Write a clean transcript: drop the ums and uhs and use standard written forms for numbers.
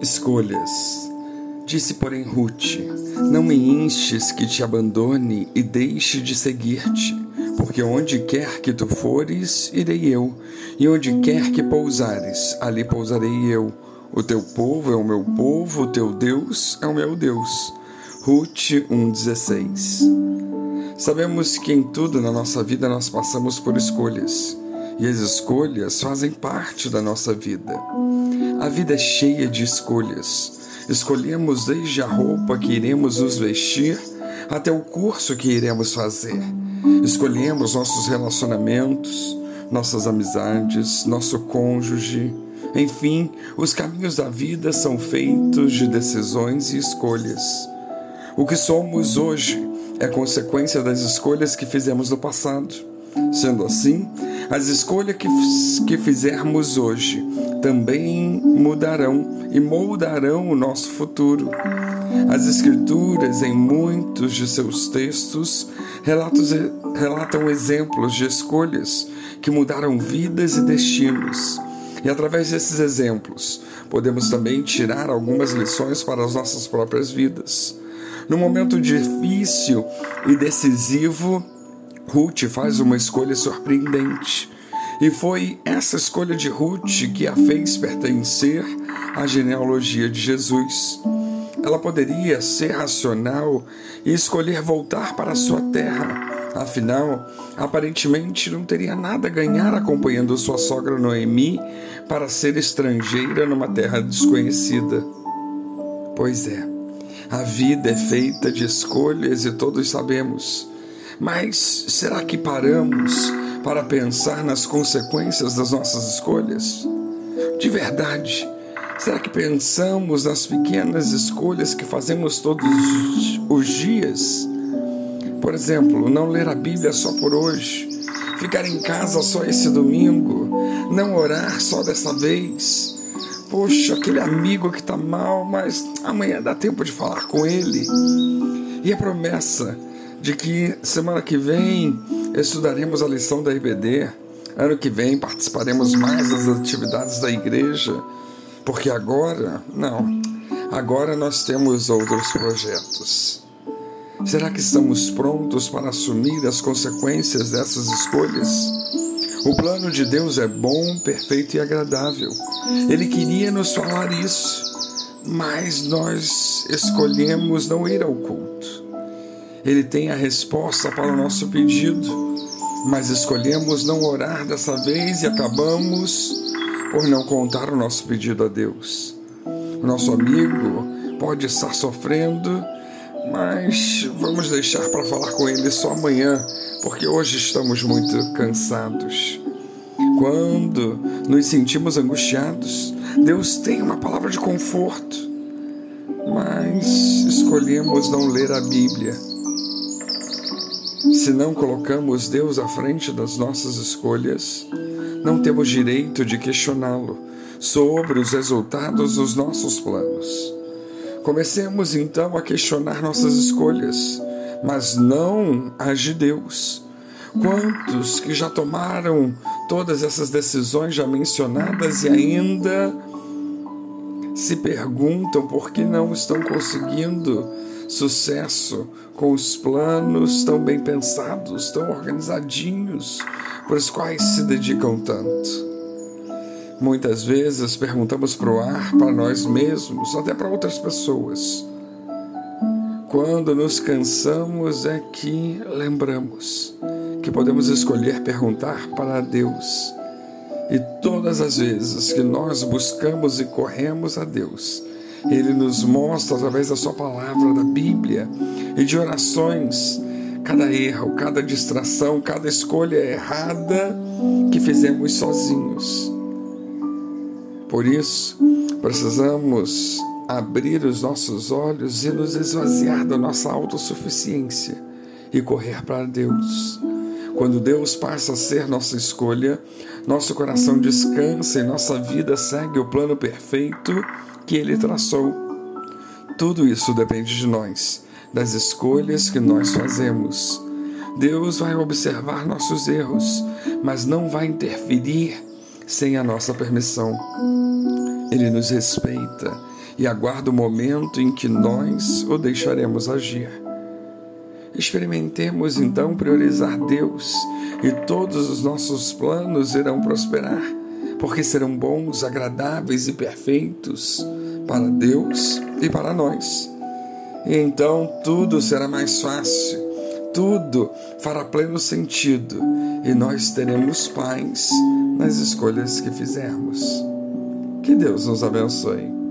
Escolhas. Disse, porém, Ruth: não me instes que te abandone e deixe de seguir-te, porque onde quer que tu fores, irei eu, e onde quer que pousares, ali pousarei eu. O teu povo é o meu povo, o teu Deus é o meu Deus. Ruth 1,16. Sabemos que em tudo na nossa vida nós passamos por escolhas, e as escolhas fazem parte da nossa vida. A vida é cheia de escolhas. Escolhemos desde a roupa que iremos nos vestir até o curso que iremos fazer. Escolhemos nossos relacionamentos, nossas amizades, nosso cônjuge. Enfim, os caminhos da vida são feitos de decisões e escolhas. O que somos hoje é consequência das escolhas que fizemos no passado. Sendo assim, as escolhas que fizermos hoje também mudarão e moldarão o nosso futuro. As Escrituras, em muitos de seus textos, relatam exemplos de escolhas que mudaram vidas e destinos. E através desses exemplos, podemos também tirar algumas lições para as nossas próprias vidas. No momento difícil e decisivo, Ruth faz uma escolha surpreendente. E foi essa escolha de Ruth que a fez pertencer à genealogia de Jesus. Ela poderia ser racional e escolher voltar para a sua terra. Afinal, aparentemente não teria nada a ganhar acompanhando sua sogra Noemi para ser estrangeira numa terra desconhecida. Pois é, a vida é feita de escolhas e todos sabemos. Mas será que paramos para pensar nas consequências das nossas escolhas? De verdade, será que pensamos nas pequenas escolhas que fazemos todos os dias? Por exemplo, não ler a Bíblia só por hoje, ficar em casa só esse domingo, não orar só dessa vez. Poxa, aquele amigo que está mal, mas amanhã dá tempo de falar com ele. E a promessa de que semana que vem estudaremos a lição da IBD, ano que vem participaremos mais das atividades da igreja, porque agora nós temos outros projetos. Será que estamos prontos para assumir as consequências dessas escolhas? O plano de Deus é bom, perfeito e agradável. Ele queria nos falar isso, mas nós escolhemos não ir ao culto. Ele tem a resposta para o nosso pedido, mas escolhemos não orar dessa vez e acabamos por não contar o nosso pedido a Deus. O nosso amigo pode estar sofrendo, mas vamos deixar para falar com ele só amanhã, porque hoje estamos muito cansados. Quando nos sentimos angustiados, Deus tem uma palavra de conforto, mas escolhemos não ler a Bíblia. Se não colocamos Deus à frente das nossas escolhas, não temos direito de questioná-lo sobre os resultados dos nossos planos. Comecemos então a questionar nossas escolhas, mas não as de Deus. Quantos que já tomaram todas essas decisões já mencionadas e ainda se perguntam por que não estão conseguindo sucesso com os planos tão bem pensados, tão organizadinhos, por os quais se dedicam tanto? Muitas vezes perguntamos para o ar, para nós mesmos, até para outras pessoas. Quando nos cansamos é que lembramos que podemos escolher perguntar para Deus. E todas as vezes que nós buscamos e corremos a Deus, Ele nos mostra através da sua palavra, da Bíblia e de orações, cada erro, cada distração, cada escolha errada que fizemos sozinhos. Por isso, precisamos abrir os nossos olhos e nos esvaziar da nossa autossuficiência e correr para Deus. Quando Deus passa a ser nossa escolha, nosso coração descansa e nossa vida segue o plano perfeito que Ele traçou. Tudo isso depende de nós, das escolhas que nós fazemos. Deus vai observar nossos erros, mas não vai interferir sem a nossa permissão. Ele nos respeita e aguarda o momento em que nós o deixaremos agir. Experimentemos então priorizar Deus e todos os nossos planos irão prosperar, porque serão bons, agradáveis e perfeitos para Deus e para nós. E então tudo será mais fácil, tudo fará pleno sentido e nós teremos paz nas escolhas que fizermos. Que Deus nos abençoe.